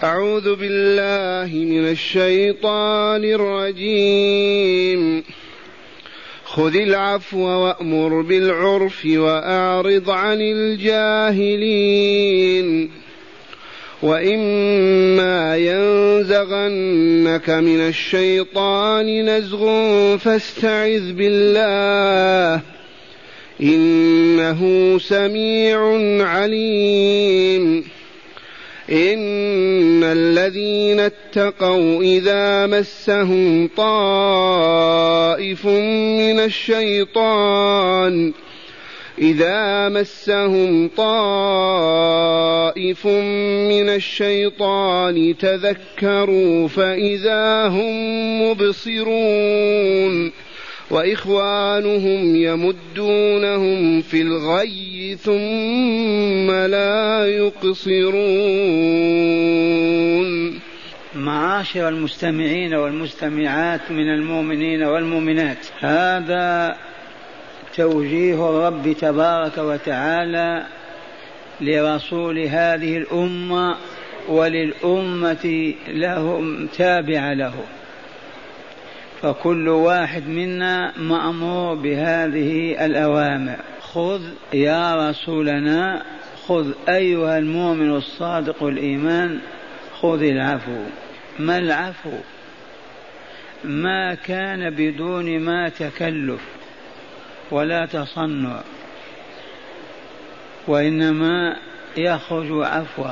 أعوذ بالله من الشيطان الرجيم. خذ العفو وأمر بالعرف وأعرض عن الجاهلين. وإما ينزغنك من الشيطان نزغ فاستعذ بالله إنه سميع عليم. إن الذين اتقوا إذا مسهم طائف من الشيطان تذكروا فإذا هم مبصرون وإخوانهم يمدونهم في الغي ثم لا يقصرون. معاشر المستمعين والمستمعات من المؤمنين والمؤمنات، هذا توجيه الرب تبارك وتعالى لرسول هذه الأمة وللأمة لهم تابع له، فكل واحد منا مأمور بهذه الأوامر. خذ يا رسولنا، خذ أيها المؤمن الصادق الإيمان، خذ العفو. ما العفو؟ ما كان بدون ما تكلف ولا تصنع، وإنما يخرج عفوا.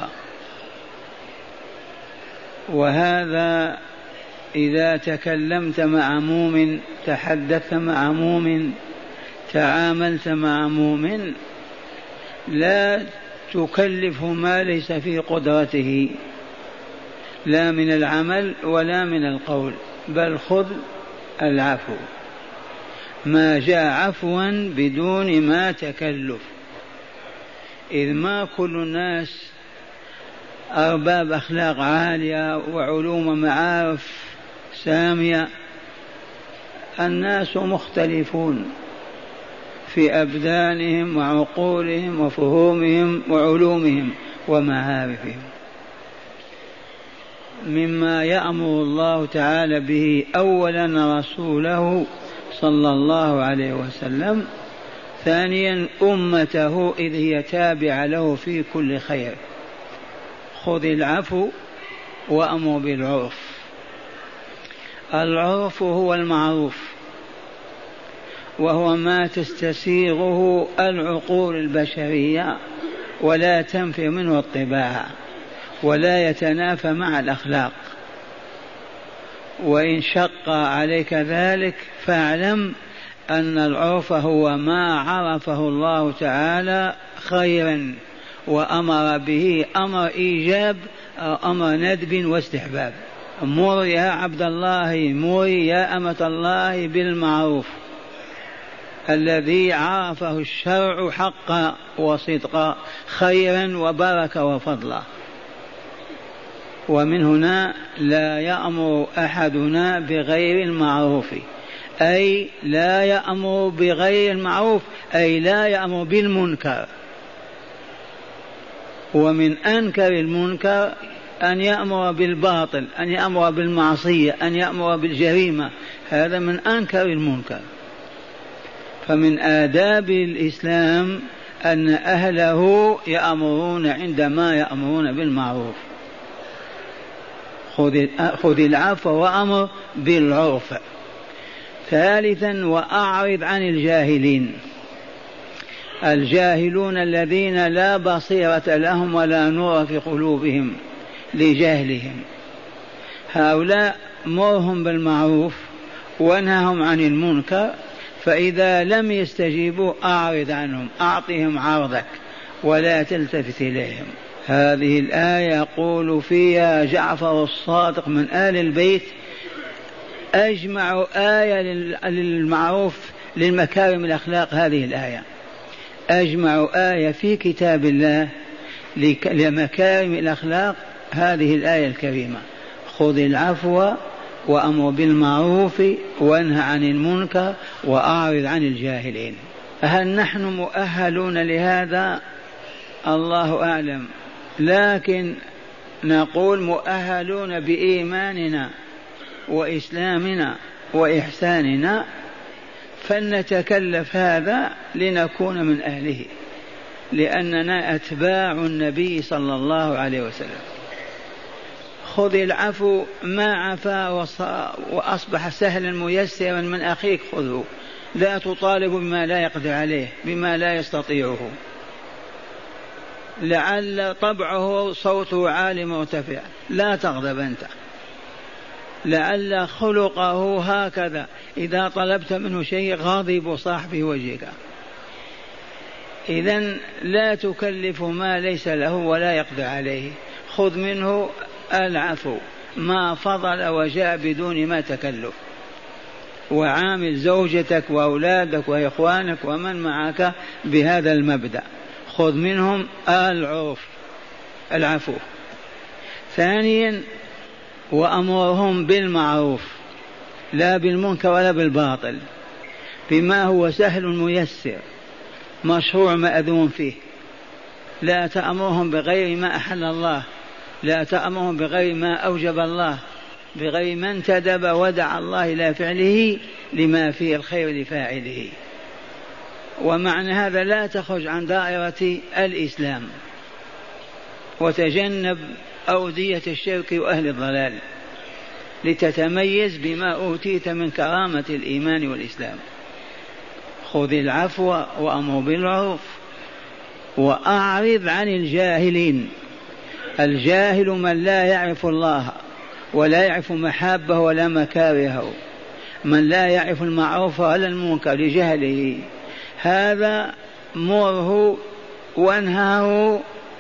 وهذا إذا تكلمت مع مؤمن، تحدثت مع مؤمن، تعاملت مع مؤمن، لا تكلفه ما ليس في قدرته، لا من العمل ولا من القول، بل خذ العفو. ما جاء عفوا بدون ما تكلف، إذ ما كل الناس أرباب أخلاق عالية وعلوم معارف سامية، الناس مختلفون في أبدانهم وعقولهم وفهومهم وعلومهم ومعارفهم. مما يأمر الله تعالى به أولا رسوله صلى الله عليه وسلم، ثانيا أمته إذ هي تابعة له في كل خير. خذ العفو وأمر بالعرف. العرف هو المعروف، وهو ما تستسيغه العقول البشرية ولا تنفي منه الطباع ولا يتنافى مع الأخلاق. وإن شق عليك ذلك فاعلم أن العرف هو ما عرفه الله تعالى خيرا وأمر به أمر إيجاب أو أمر ندب واستحباب. مر يا عبد الله، مر يا أمة الله بالمعروف الذي عرفه الشرع حقا وصدقا، خيرا وبركة وفضلا. ومن هنا لا يأمر أحدنا بغير المعروف، أي لا يأمر بغير المعروف، أي لا يأمر بالمنكر. ومن أنكر المنكر أن يأمر بالباطل، أن يأمر بالمعصية، أن يأمر بالجريمة، هذا من أنكر المنكر. فمن آداب الإسلام أن أهله يأمرون عندما يأمرون بالمعروف. خذ العفو وأمر بالعرف. ثالثا وأعرض عن الجاهلين. الجاهلون الذين لا بصيرة لهم ولا نور في قلوبهم لجهلهم، هؤلاء مرهم بالمعروف وانههم عن المنكر، فإذا لم يستجيبوا أعرض عنهم، أعطهم عرضك ولا تلتفت إليهم. هذه الآية يقول فيها جعفر الصادق من آل البيت: أجمع آية للمعروف للمكارم الأخلاق هذه الآية، أجمع آية في كتاب الله لمكارم الأخلاق هذه الآية الكريمة: خذ العفو وأمر بالمعروف وانهى عن المنكر وأعرض عن الجاهلين. هل نحن مؤهلون لهذا؟ الله أعلم، لكن نقول مؤهلون بإيماننا وإسلامنا وإحساننا، فلنتكلف هذا لنكون من أهله، لأننا أتباع النبي صلى الله عليه وسلم. خذ العفو، ما عفا وأصبح سهلا ميسرا من أخيك خذه، لا تطالب بما لا يقدر عليه، بما لا يستطيعه. لعل طبعه صوته عالي مرتفع، لا تغضب أنت. لعل خلقه هكذا، إذا طلبت منه شيء غاضب صاحب وجهك. إذن لا تكلف ما ليس له ولا يقدر عليه. خذ منه العفو، ما فضل وجاء بدون ما تكلف. وعامل زوجتك وأولادك وإخوانك ومن معك بهذا المبدأ، خذ منهم العفو. ثانيا، وأمرهم بالمعروف، لا بالمنكر ولا بالباطل، بما هو سهل ميسر مشروع مأذون فيه. لا تأمرهم بغير ما أحل الله، لا تأمرهم بغير ما أوجب الله، بغير ما انتدب ودع الله إلى فعله لما فيه الخير لفاعله. ومعنى هذا لا تخرج عن دائرة الإسلام، وتجنب أودية الشرك وأهل الضلال، لتتميز بما أوتيت من كرامة الإيمان والإسلام. خذ العفو وأمر بالمعروف وأعرض عن الجاهلين. الجاهل من لا يعرف الله ولا يعرف محابه ولا مكارهه، من لا يعرف المعروف ولا المنكر لجهله، هذا مره وانهاه.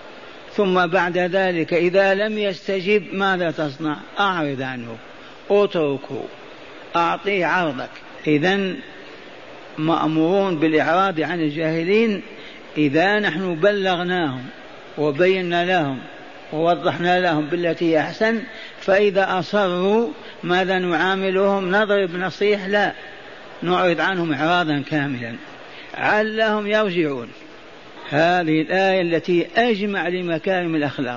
ثم بعد ذلك إذا لم يستجب ماذا تصنع؟ أعرض عنه، اتركه، أعطيه عرضك. إذن مأمورون بالإعراض عن الجاهلين إذا نحن بلغناهم وبينا لهم ووضحنا لهم بالتي أحسن. فإذا أصروا ماذا نعاملهم؟ نضرب نصيح؟ لا، نعرض عنهم إعراضا كاملا علهم يرجعون. هذه الآية التي أجمع لمكارم الأخلاق.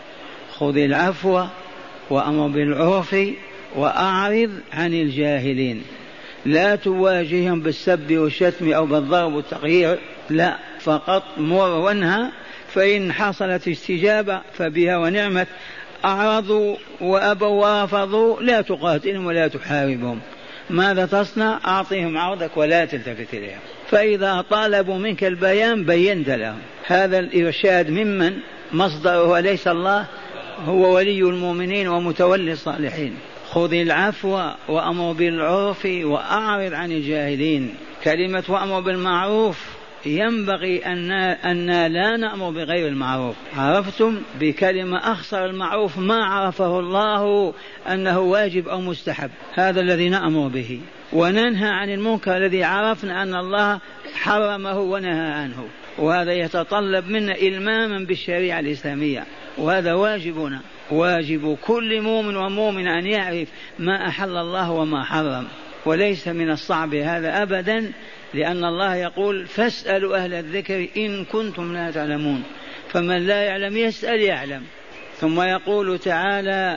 خذ العفو وأمر بالعرف وأعرض عن الجاهلين. لا تواجههم بالسب والشتم أو بالضرب والتغيير، لا، فقط مر وانهى. فإن حصلت استجابة فبها ونعمت، أعرضوا وأبوا ورفضوا لا تقاتلهم ولا تحاربهم. ماذا تصنع؟ أعطيهم عرضك ولا تلتفت إليهم. فإذا طالبوا منك البيان بينت لهم. هذا الإرشاد ممن مصدره أليس الله؟ هو ولي المؤمنين ومتولي الصالحين. خذ العفو وأمر بالعرف وأعرض عن الجاهلين. كلمة وأمر بالمعروف ينبغي أن لا نأمر بغير المعروف. عرفتم بكلمة أخصر المعروف ما عرفه الله أنه واجب أو مستحب، هذا الذي نأمر به. وننهى عن المنكر الذي عرفنا أن الله حرمه ونهى عنه، وهذا يتطلب منا إلماما بالشريعة الإسلامية، وهذا واجبنا، واجب كل مؤمن ومؤمن أن يعرف ما أحل الله وما حرم. وليس من الصعب هذا أبدا، لأن الله يقول فاسألوا أهل الذكر إن كنتم لا تعلمون. فمن لا يعلم يسأل يعلم. ثم يقول تعالى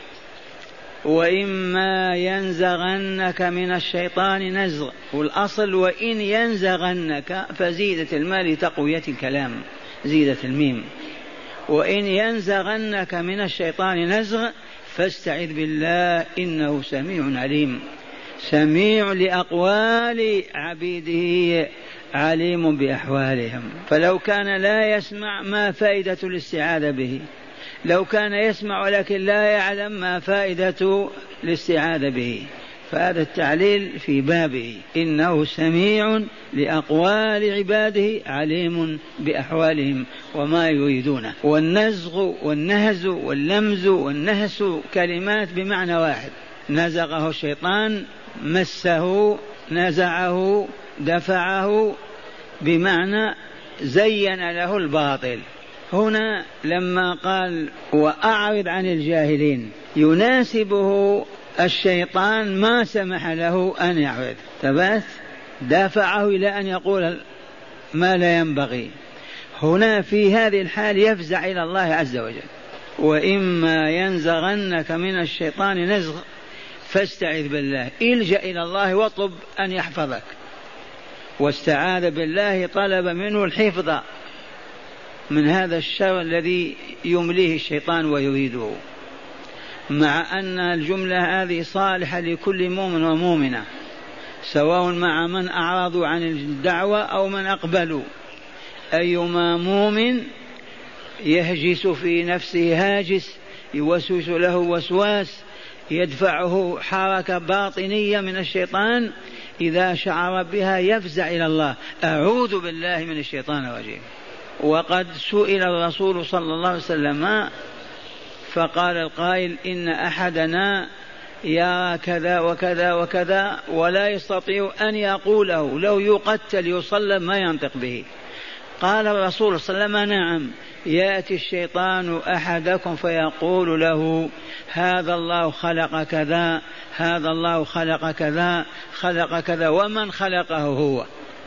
وإما ينزغنك من الشيطان نزغ، والأصل وإن ينزغنك، فزيدت المال تقوية الكلام، زيدت الميم. وإن ينزغنك من الشيطان نزغ فاستعذ بالله إنه سميع عليم. سميع لأقوال عبيده عليم بأحوالهم. فلو كان لا يسمع ما فائدة الاستعاذة به؟ لو كان يسمع ولكن لا يعلم ما فائدة الاستعاذة به؟ فهذا التعليل في بابه. إنه سميع لأقوال عباده عليم بأحوالهم وما يريدونه. والنزغ والنهز واللمز والنهس كلمات بمعنى واحد. نزغه الشيطان، مسه، نزعه، دفعه، بمعنى زين له الباطل. هنا لما قال وأعرض عن الجاهلين يناسبه الشيطان ما سمح له أن يعرض، تبات دافعه إلى أن يقول ما لا ينبغي. هنا في هذه الحال يفزع إلى الله عز وجل وإما ينزغنك من الشيطان نزغ فاستعذ بالله، الجأ إلى الله واطلب أن يحفظك، واستعاذ بالله طلب منه الحفظ من هذا الشر الذي يمليه الشيطان ويريده، مع أن الجملة هذه صالحة لكل مؤمن ومؤمنة، سواء مع من أعرضوا عن الدعوة أو من أقبلوا. أيما مؤمن يهجس في نفسه هاجس، يوسوس له وسواس، يدفعه حركة باطنية من الشيطان، إذا شعر بها يفزع إلى الله، أعوذ بالله من الشيطان الرجيم. وقد سئل الرسول صلى الله عليه وسلم فقال القائل: إن أحدنا يرى كذا وكذا وكذا ولا يستطيع أن يقوله، لو يقتل يصلب ما ينطق به. قال الرسول صلى الله عليه وسلم: نعم، يأتي الشيطان أحدكم فيقول له: هذا الله خلق كذا، هذا الله خلق كذا، خلق كذا، ومن خلقه هو.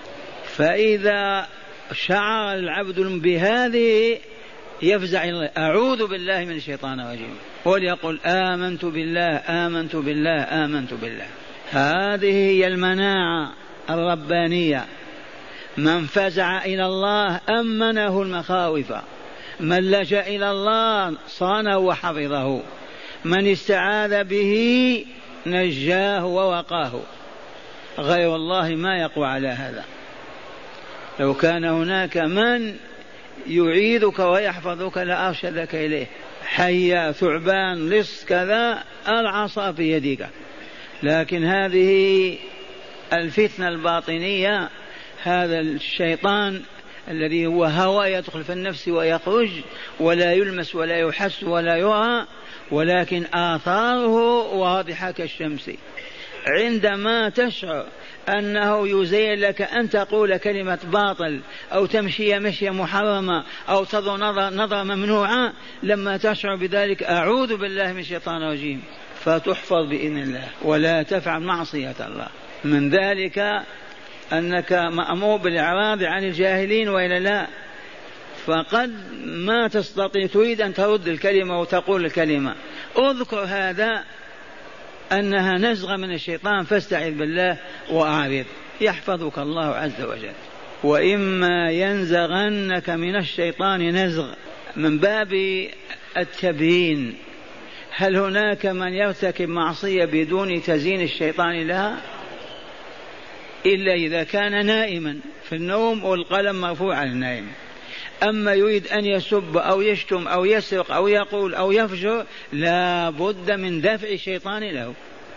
فإذا شعر العبد بهذه يفزع إلى الله، أعوذ بالله من الشيطان الرجيم، وليقول: آمنت بالله آمنت بالله آمنت بالله. هذه هي المناعة الربانية. من فزع إلى الله أمنه المخاوف، من لجأ إلى الله صانه وحفظه، من استعاذ به نجاه ووقاه. غير الله ما يقوى على هذا. لو كان هناك من يعيدك ويحفظك لأرشدك إليه، حية، ثعبان، لص، كذا، العصا في يدك. لكن هذه الفتنة الباطنية، هذا الشيطان الذي هو هوى يدخل في النفس ويخرج ولا يلمس ولا يحس ولا يرى، ولكن آثاره واضحة كالشمس. عندما تشعر أنه يزين لك أن تقول كلمة باطل أو تمشي مشية محرمة أو تضع نظرة ممنوعة، لما تشعر بذلك أعوذ بالله من الشيطان الرجيم، فتحفظ بإذن الله ولا تفعل معصية الله. من ذلك أنك مأمور بالإعراض عن الجاهلين وإلا لا، فقد ما تستطيع، تريد أن ترد الكلمة وتقول الكلمة، اذكر هذا أنها نزغة من الشيطان، فاستعذ بالله وأعرض، يحفظك الله عز وجل. وإما ينزغنك من الشيطان نزغ، من باب التبيين. هل هناك من يرتكب معصية بدون تزيين الشيطان لها؟ إلا إذا كان نائما في النوم والقلم مرفوع على النائم. أما يريد أن يسب أو يشتم أو يسرق أو يقول أو يفجر، لا بد من دفع الشيطان له.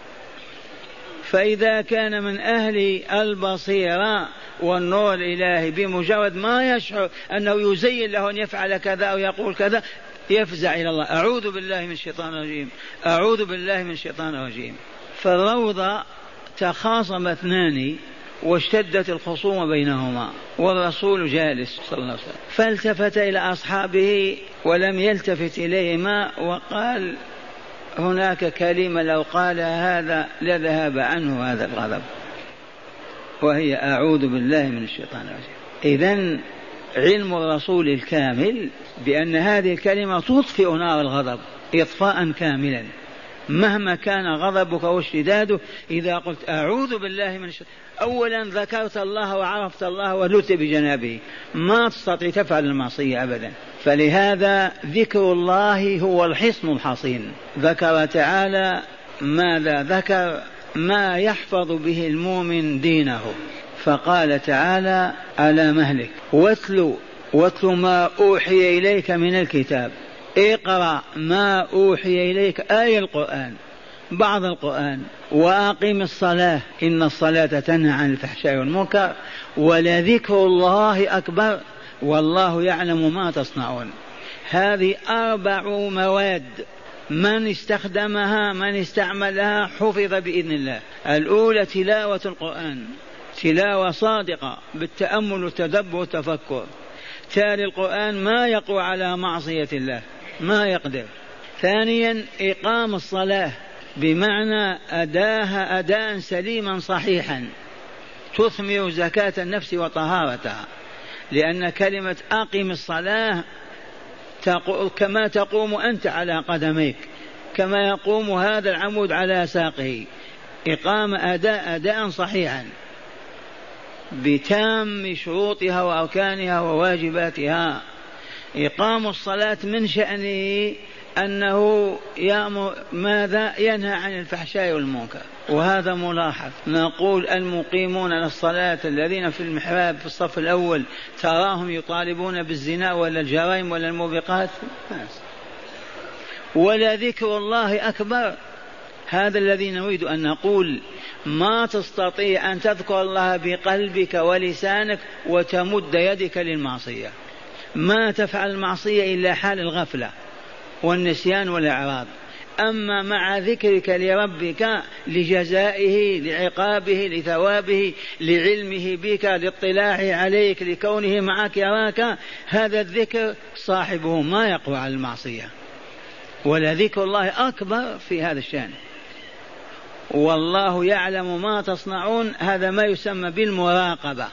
فإذا كان من أهل البصيرة والنور الإلهي، بمجرد ما يشعر أنه يزين له أن يفعل كذا أو يقول كذا، يفزع إلى الله، أعوذ بالله من الشيطان الرجيم، أعوذ بالله من الشيطان الرجيم. فالروضة تخاصم اثنان واشتدت الخصومة بينهما، والرسول جالس صلى الله عليه وسلم، فالتفت إلى أصحابه ولم يلتفت إليهما وقال: هناك كلمة لو قال هذا لذهب عنه هذا الغضب، وهي أعوذ بالله من الشيطان الرجيم. إذن علم الرسول الكامل بأن هذه الكلمة تطفئ نار الغضب إطفاء كاملا، مهما كان غضبك واشتداده. إذا قلت أعوذ بالله من الشيطان، أولا ذكرت الله وعرفت الله ولت بجنابه، ما تستطيع تفعل المعصية أبدا. فلهذا ذكر الله هو الحصن الحصين. ذكر تعالى ماذا ذكر؟ ما يحفظ به المؤمن دينه. فقال تعالى: على مهلك واتل ما أوحي إليك من الكتاب، اقرأ ما أوحي إليك، آية القرآن، بعض القرآن، وأقم الصلاة إن الصلاة تنهى عن الفحشاء والمنكر، ولذكر الله أكبر والله يعلم ما تصنعون. هذه 4 مواد، من استخدمها من استعملها حفظ بإذن الله. الأولى تلاوة القرآن، تلاوة صادقة بالتأمل والتدبر والتفكر. تالي القرآن ما يقوى على معصية الله، ما يقدر. ثانيا إقام الصلاة، بمعنى أداها أداء سليما صحيحا تثمر زكاة النفس وطهارتها، لأن كلمة أقم الصلاة كما تقوم أنت على قدميك، كما يقوم هذا العمود على ساقه، إقامة أداء صحيحا بتام شروطها وأركانها وواجباتها. إقام الصلاة من شأنه أنه يأمر ماذا؟ ينهى عن الفحشاء والمنكر، وهذا ملاحظ. نقول المقيمون للصلاة الذين في المحراب في الصف الأول تراهم يطالبون بالزنا ولا الجرائم ولا الموبقات، ولا ذكر الله أكبر. هذا الذي نريد أن نقول، ما تستطيع أن تذكر الله بقلبك ولسانك وتمد يدك للمعصية، ما تفعل المعصية إلا حال الغفلة والنسيان والإعراض. أما مع ذكرك لربك لجزائه لعقابه لثوابه لعلمه بك لاطلاعه عليك لكونه معك يراك، هذا الذكر صاحبه ما يقوى على المعصية، ولا ذكر الله أكبر في هذا الشأن. والله يعلم ما تصنعون، هذا ما يسمى بالمراقبة.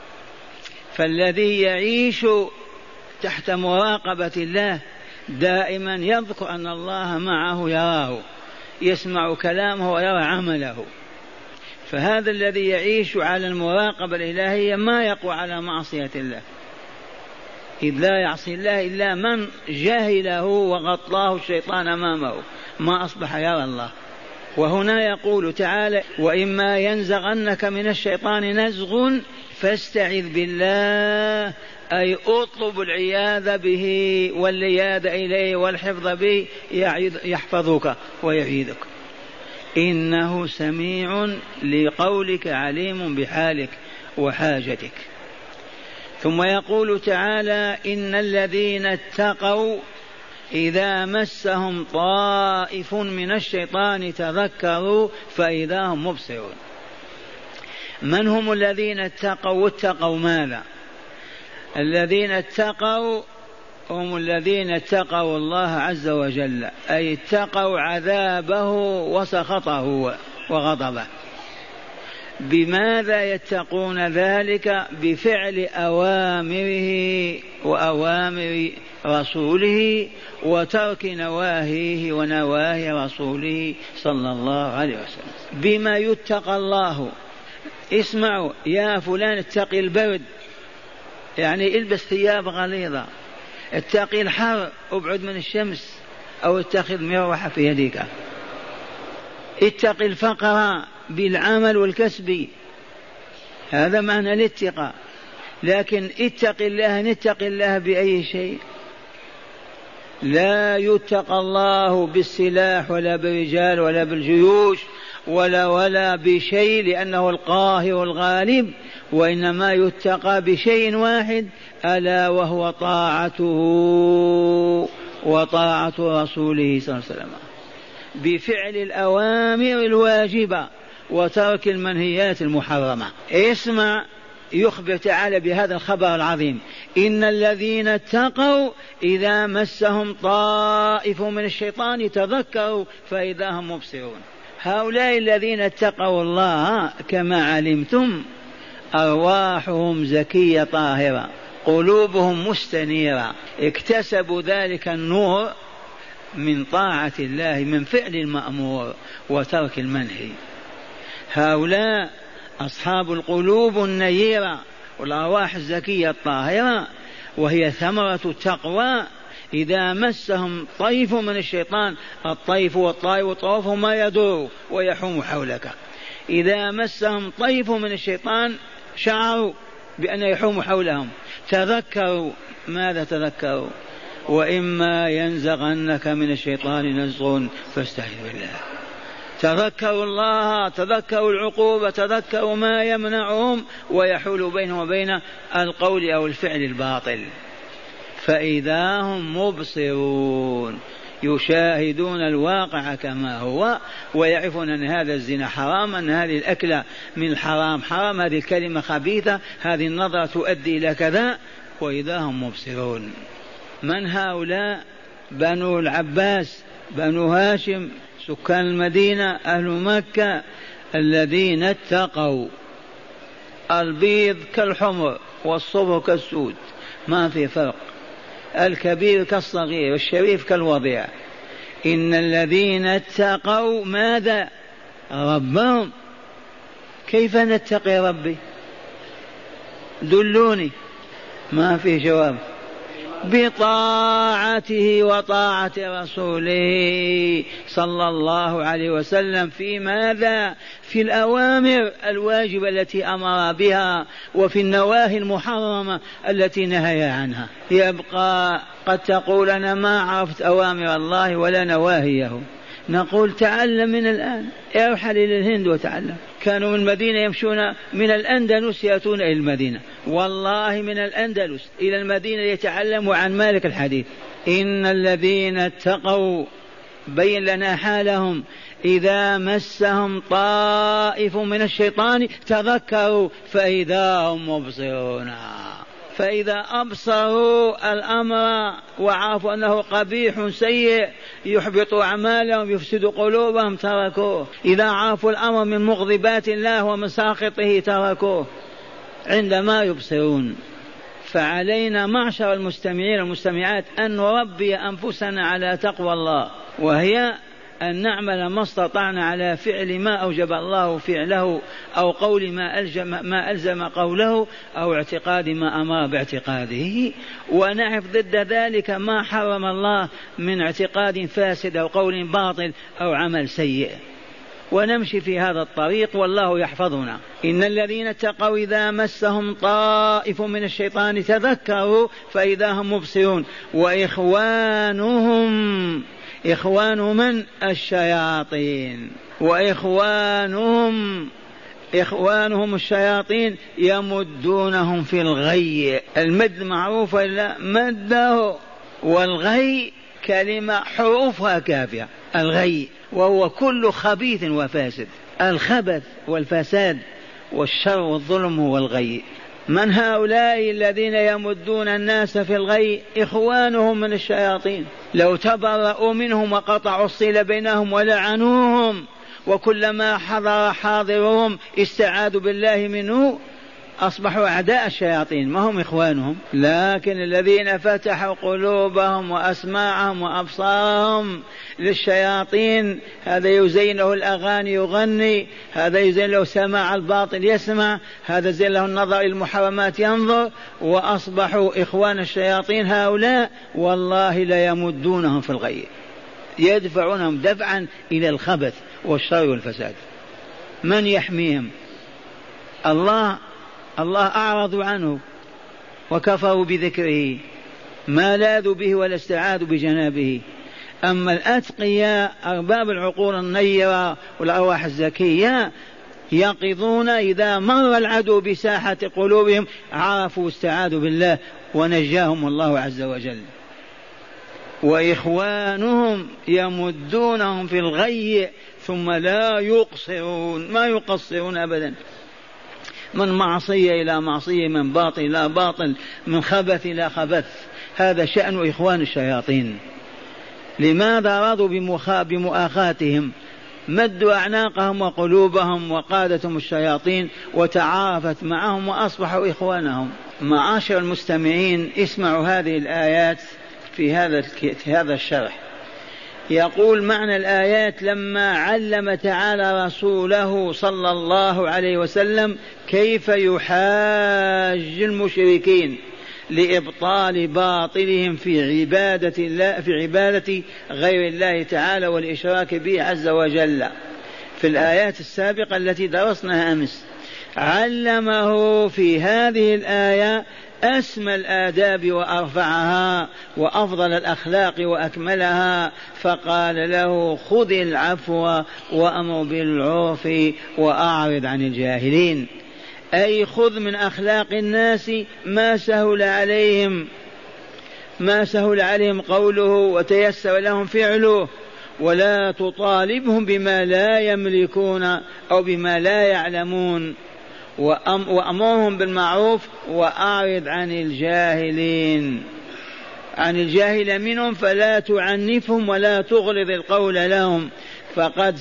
فالذي يعيش تحت مراقبة الله دائما يذكر أن الله معه يراه، يسمع كلامه ويرى عمله. فهذا الذي يعيش على المراقبة الإلهية ما يقوى على معصية الله، إذ لا يعصي الله إلا من جاهله وغطاه الشيطان أمامه، ما أصبح يرى الله. وهنا يقول تعالى: وإما ينزغنك من الشيطان نزغ فاستعذ بالله، أي أطلب العياذ به واللياذ إليه والحفظ به، يحفظك ويعيذك، إنه سميع لقولك عليم بحالك وحاجتك. ثم يقول تعالى: إن الذين اتقوا إذا مسهم طائف من الشيطان تذكروا فإذا هم مبصرون. من هم الذين اتقوا؟ واتقوا ماذا؟ الذين اتقوا هم الذين اتقوا الله عز وجل، أي اتقوا عذابه وسخطه وغضبه. بماذا يتقون ذلك؟ بفعل أوامره وأوامر رسوله وترك نواهيه ونواهي رسوله صلى الله عليه وسلم. بما يتقى الله؟ اسمعوا يا فلان، اتقي البرد، يعني البس ثياب غليظة. اتقي الحر، ابعد من الشمس، أو اتخذ مروحة في يدك. اتقي الفقر بالعمل والكسب، هذا معنى الاتقاء. لكن اتق الله، نتقي الله بأي شيء؟ لا يتقى الله بالسلاح ولا بالرجال ولا بالجيوش ولا بشيء، لأنه القاهر الغالب، وإنما يتقى بشيء واحد، ألا وهو طاعته وطاعة رسوله صلى الله عليه وسلم، بفعل الأوامر الواجبة وترك المنهيات المحرمة. اسمع، يخبر تعالى بهذا الخبر العظيم: إن الذين اتقوا إذا مسهم طائف من الشيطان تذكروا فإذا هم مبصرون. هؤلاء الذين اتقوا الله كما علمتم أرواحهم زكية طاهرة، قلوبهم مستنيرة، اكتسبوا ذلك النور من طاعة الله، من فعل المأمور وترك المنهي. هؤلاء أصحاب القلوب النيرة والأرواح الزكية الطاهرة، وهي ثمرة التقوى. إذا مسهم طيف من الشيطان، الطيف والطائف والطواف ما يدور ويحوم حولك، إذا مسهم طيف من الشيطان شعروا بأن يحوم حولهم، تذكروا. ماذا تذكروا؟ وإما ينزغنك من الشيطان نزغ فاستعذ بالله. تذكروا الله، تذكروا العقوبة، تذكروا ما يمنعهم ويحول بينهم وبين القول أو الفعل الباطل، فإذا هم مبصرون، يشاهدون الواقع كما هو، ويعرفون أن هذا الزنا حرام، أن هذه الأكلة من الحرام حرام، هذه الكلمة خبيثة، هذه النظرة تؤدي إلى كذا، وإذا هم مبصرون. من هؤلاء؟ بنو العباس، بنو هاشم، سكان المدينة، أهل مكة، الذين اتقوا. البيض كالحمر والصبر كالسود، ما في فرق. الكبير كالصغير والشريف كالوضيع. إن الذين اتقوا ماذا؟ ربهم. كيف نتقي ربي؟ دلوني. ما في جواب. بطاعته وطاعة رسوله صلى الله عليه وسلم في ماذا؟ في الأوامر الواجبة التي أمر بها وفي النواهي المحرمة التي نهى عنها. يبقى قد تقول أنا ما عرفت أوامر الله ولا نواهيه. نقول تعلم من الآن، ارحل إلى الهند وتعلم. كانوا من المدينة يمشون من الأندلس يأتون إلى المدينة، والله من الأندلس إلى المدينة يتعلموا عن مالك الحديث. إن الذين اتقوا بين لنا حالهم إذا مسهم طائف من الشيطان تذكروا فإذا هم مبصرون. فإذا أبصروا الأمر وعرفوا أنه قبيح سيء يحبط أعمالهم يفسد قلوبهم تركوه. إذا عرفوا الأمر من مغضبات الله ومن ساخطه تركوه عندما يبصرون. فعلينا معشر المستمعين والمستمعات أن نربي أنفسنا على تقوى الله، وهي أن نعمل ما استطعنا على فعل ما أوجب الله فعله، أو قول ما ألزم قوله، أو اعتقاد ما أمر باعتقاده، ونعرف ضد ذلك ما حرم الله من اعتقاد فاسد أو قول باطل أو عمل سيء، ونمشي في هذا الطريق والله يحفظنا. إن الذين اتقوا إذا مسهم طائف من الشيطان تذكروا فإذا هم مبصرون. وإخوانهم، إخوان من؟ الشياطين. وإخوانهم الشياطين يمدونهم في الغي. المد معروف إلا مده، والغي كلمة حروفها كافية. الغي وهو كل خبيث وفاسد. الخبث والفساد والشر والظلم هو الغي. من هؤلاء الذين يمدون الناس في الغي؟ إخوانهم من الشياطين. لو تبرؤوا منهم وقطعوا الصلة بينهم ولعنوهم، وكلما حضر حاضرهم استعاذوا بالله منه، أصبحوا أعداء الشياطين، ما هم إخوانهم. لكن الذين فتحوا قلوبهم وأسماعهم وأبصارهم للشياطين، هذا يزين له الأغاني يغني، هذا يزين له سماع الباطل يسمع، هذا يزين له النظر إلى المحرمات ينظر، وأصبحوا إخوان الشياطين. هؤلاء والله لا يمدونهم في الغي، يدفعونهم دفعا إلى الخبث والشر والفساد. من يحميهم؟ الله أعرضوا عنه وكفروا بذكره، ما لاذوا به ولا استعاذوا بجنابه. أما الأتقياء أرباب العقول النيرة والأرواح الزكية يقظون إذا مر العدو بساحة قلوبهم عرفوا استعاذوا بالله ونجاهم الله عز وجل. وإخوانهم يمدونهم في الغي ثم لا يقصرون، ما يقصرون أبدا، من معصية إلى معصية، من باطل إلى باطل، من خبث إلى خبث. هذا شأن إخوان الشياطين. لماذا رضوا بمؤاخاتهم؟ مدوا أعناقهم وقلوبهم وقادتهم الشياطين وتعارفت معهم وأصبحوا إخوانهم. معاشر المستمعين، اسمعوا هذه الآيات في هذا الشرح. يقول معنى الآيات: لما علم تعالى رسوله صلى الله عليه وسلم كيف يحاج المشركين لإبطال باطلهم في عبادة غير الله تعالى والإشراك به عز وجل، في الآيات السابقة التي درسناها أمس، علمه في هذه الآية أسمى الآداب وأرفعها وأفضل الأخلاق وأكملها، فقال له: خذ العفو وأمر بالعرف وأعرض عن الجاهلين. أي خذ من أخلاق الناس ما سهل عليهم قوله وتيسر لهم فعله، ولا تطالبهم بما لا يملكون أو بما لا يعلمون، وأمرهم بالمعروف وأعرض عن الجاهلين، عن الجاهل منهم، فلا تعنفهم ولا تغلظ القول لهم. فقد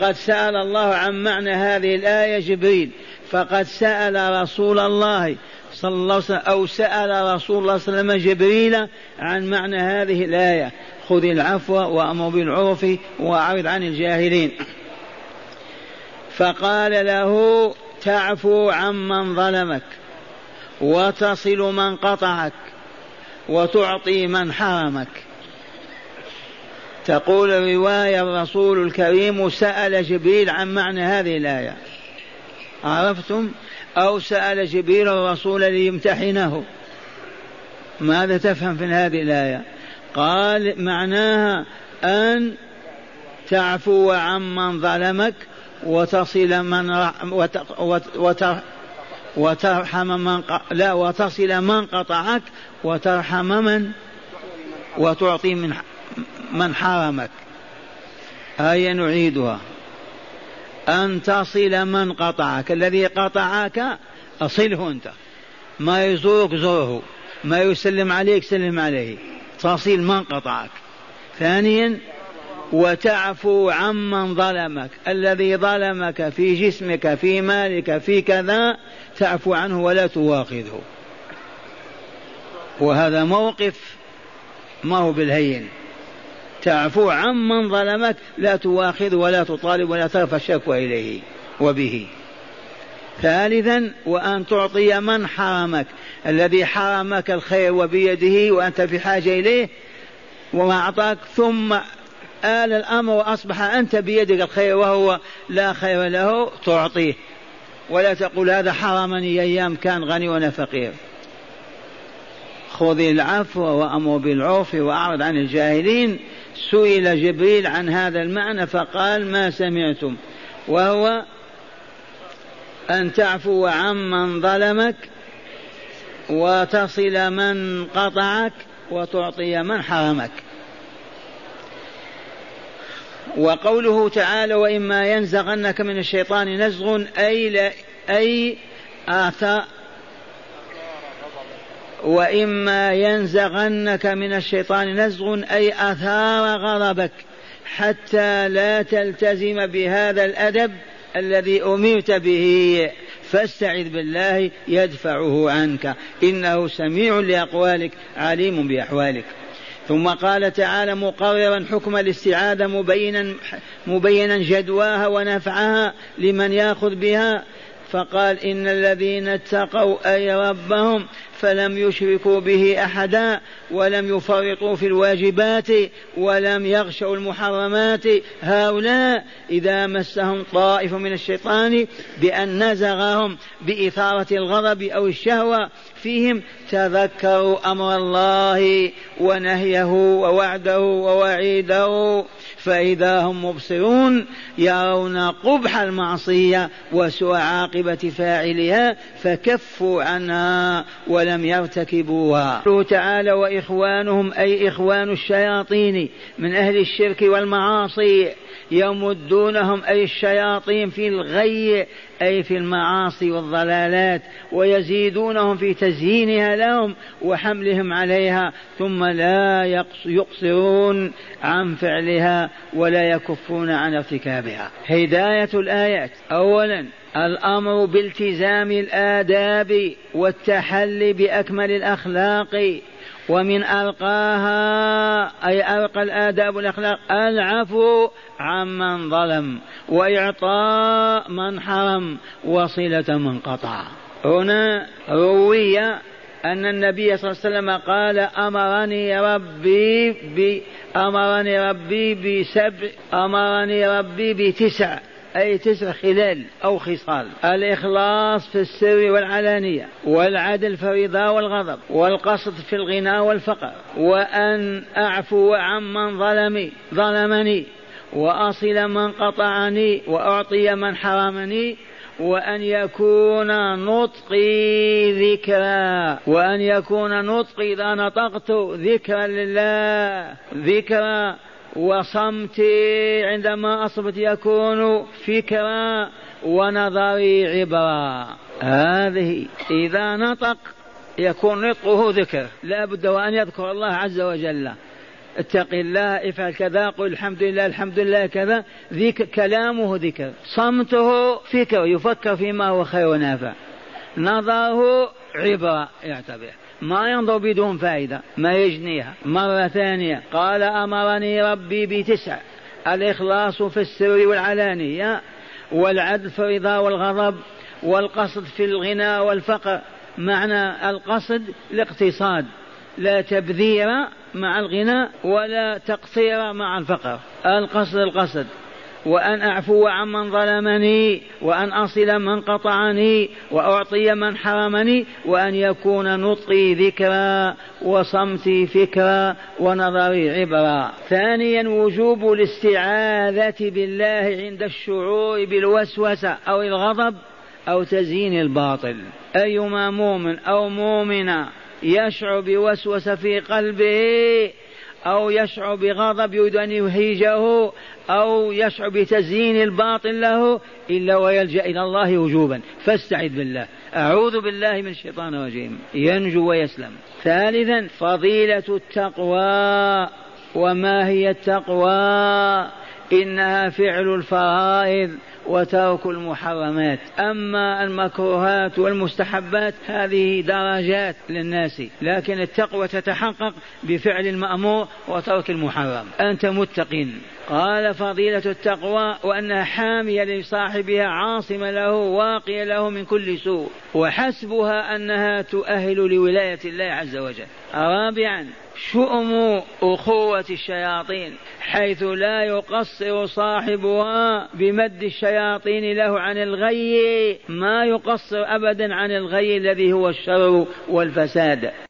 سأل الله عن معنى هذه الآية جبريل، فقد سأل رسول الله صلى الله عليه وسلم أو سأل رسول الله صلى الله عليه وسلم جبريل عن معنى هذه الآية: خذ العفو وأمر بالعرف وأعرض عن الجاهلين. فقال له: تعفو عمن ظلمك، وتصل من قطعك، وتعطي من حرمك. تقول الرواية: الرسول الكريم سأل جبريل عن معنى هذه الآية، عرفتم؟ أو سأل جبريل الرسول ليمتحنه. ماذا تفهم في هذه الآية؟ قال: معناها أن تعفو عمن ظلمك، وتصل من وترحم وتصل من قطعك، وترحم من وتعطي من حرمك. هيا نعيدها: أن تصل من قطعك، الذي قطعك أصله أنت، ما يزورك زوره، ما يسلم عليك سلم عليه، تصل من قطعك. ثانيا: وتعفو عمن ظلمك، الذي ظلمك في جسمك في مالك في كذا تعفو عنه ولا تواخذه. وهذا موقف ما هو بالهين، تعفو عمن ظلمك، لا تواخذ ولا تطالب ولا ترفع الشكوى إليه وبه. ثالثا: وأن تعطي من حرمك، الذي حرمك الخير وبيده وأنت في حاجة إليه وما أعطاك، ثم آل الأمر وأصبح أنت بيدك الخير وهو لا خير له، تعطيه، ولا تقول هذا حرمني أيام كان غني وأنا فقير. خذ العفو وأمر بالعرف وأعرض عن الجاهلين. سئل جبريل عن هذا المعنى فقال: ما سمعتم، وهو أن تعفو عمن ظلمك، وتصل من قطعك، وتعطي من حرمك. وقوله تعالى: وإما ينزغنك من الشيطان نزغ، أي آثار، وإما ينزغنك من الشيطان نزغ أي أثار غضبك، حتى لا تلتزم بهذا الأدب الذي أمرت به، فاستعذ بالله يدفعه عنك، إنه سميع لأقوالك عليم بأحوالك. ثم قال تعالى مقررا حكم الاستعاذة مبينا جدواها ونفعها لمن يأخذ بها، فقال: إن الذين اتقوا أي ربهم فلم يشركوا به أحدا، ولم يفرطوا في الواجبات، ولم يغشوا المحرمات، هؤلاء إذا مسهم طائف من الشيطان بأن نزغهم بإثارة الغضب أو الشهوة فيهم، تذكروا أمر الله ونهيه ووعده ووعيده، فإذا هم مبصرون يرون قبح المعصية وسوء عاقبة فاعلها، فكفوا عنها ولم يرتكبوها. قال تعالى: وإخوانهم أي إخوان الشياطين من أهل الشرك والمعاصي، يمدونهم أي الشياطين في الغي أي في المعاصي والضلالات، ويزيدونهم في تزيينها لهم وحملهم عليها، ثم لا يقصرون عن فعلها ولا يكفون عن ارتكابها. هداية الآيات: أولا الأمر بالتزام الآداب والتحلي بأكمل الأخلاق، ومن أرقاها أي أرقى الآداب والأخلاق العفو عمن ظلم، وإعطاء من حرم، وصلة من قطع. هنا روي أن النبي صلى الله عليه وسلم قال: أمرني ربي بتسع، أي 9 خلال أو خصال: الإخلاص في السر والعلانية، والعدل في الرضا والغضب، والقصد في الغنى والفقر، وأن أعفو عمن ظلمني، وأصل من قطعني، وأعطي من حرمني، وأن يكون نطقي ذكرا، وأن يكون نطقي إذا نطقت ذكرا لله ذكرا، وصمتي عندما أصبت يكون فكرا، ونظري عبرا. هذه إذا نطق يكون نطقه ذكر، لا بد وأن يذكر الله عز وجل: اتق الله، افعل كذا، قل الحمد لله الحمد لله كذا، ذكر، كلامه ذكر. صمته فكر، يفكر فيما هو خير ونافع. نظره عبرة يعتبر، ما ينظر بدون فائدة، ما يجنيها. مرة ثانية قال أمرني ربي ب9: الإخلاص في السر والعلانية، والعدل في الرضا والغضب، والقصد في الغنى والفقر. معنى القصد الاقتصاد، لا تبذير مع الغنى ولا تقصير مع الفقر، القصد. وأن أعفو عمن ظلمني، وأن أصل من قطعني، وأعطي من حرمني، وأن يكون نطقي ذكرا وصمتي فكرا ونظري عبرا. ثانيا وجوب الاستعاذة بالله عند الشعور بالوسوسة أو الغضب أو تزيين الباطل. أيما مؤمن أو مؤمنة يشعر بوسوسة في قلبه أو يشعر بغضب يريد أن يهيجه أو يشعر بتزيين الباطل له إلا ويلجأ إلى الله وجوبا، فاستعذ بالله، أعوذ بالله من الشيطان الرجيم، ينجو ويسلم. ثالثا فضيلة التقوى. وما هي التقوى؟ إنها فعل الفرائض وترك المحرمات. أما المكروهات والمستحبات هذه درجات للناس، لكن التقوى تتحقق بفعل المأمور وترك المحرم. أنت متق. قال فضيلة التقوى وأنها حامية لصاحبها، عاصمة له، واقية له من كل سوء، وحسبها أنها تؤهل لولاية الله عز وجل. رابعا شؤم أخوة الشياطين، حيث لا يقصر صاحبها بمد الشياطين له عن الغي، ما يقصر أبدا عن الغي الذي هو الشر والفساد.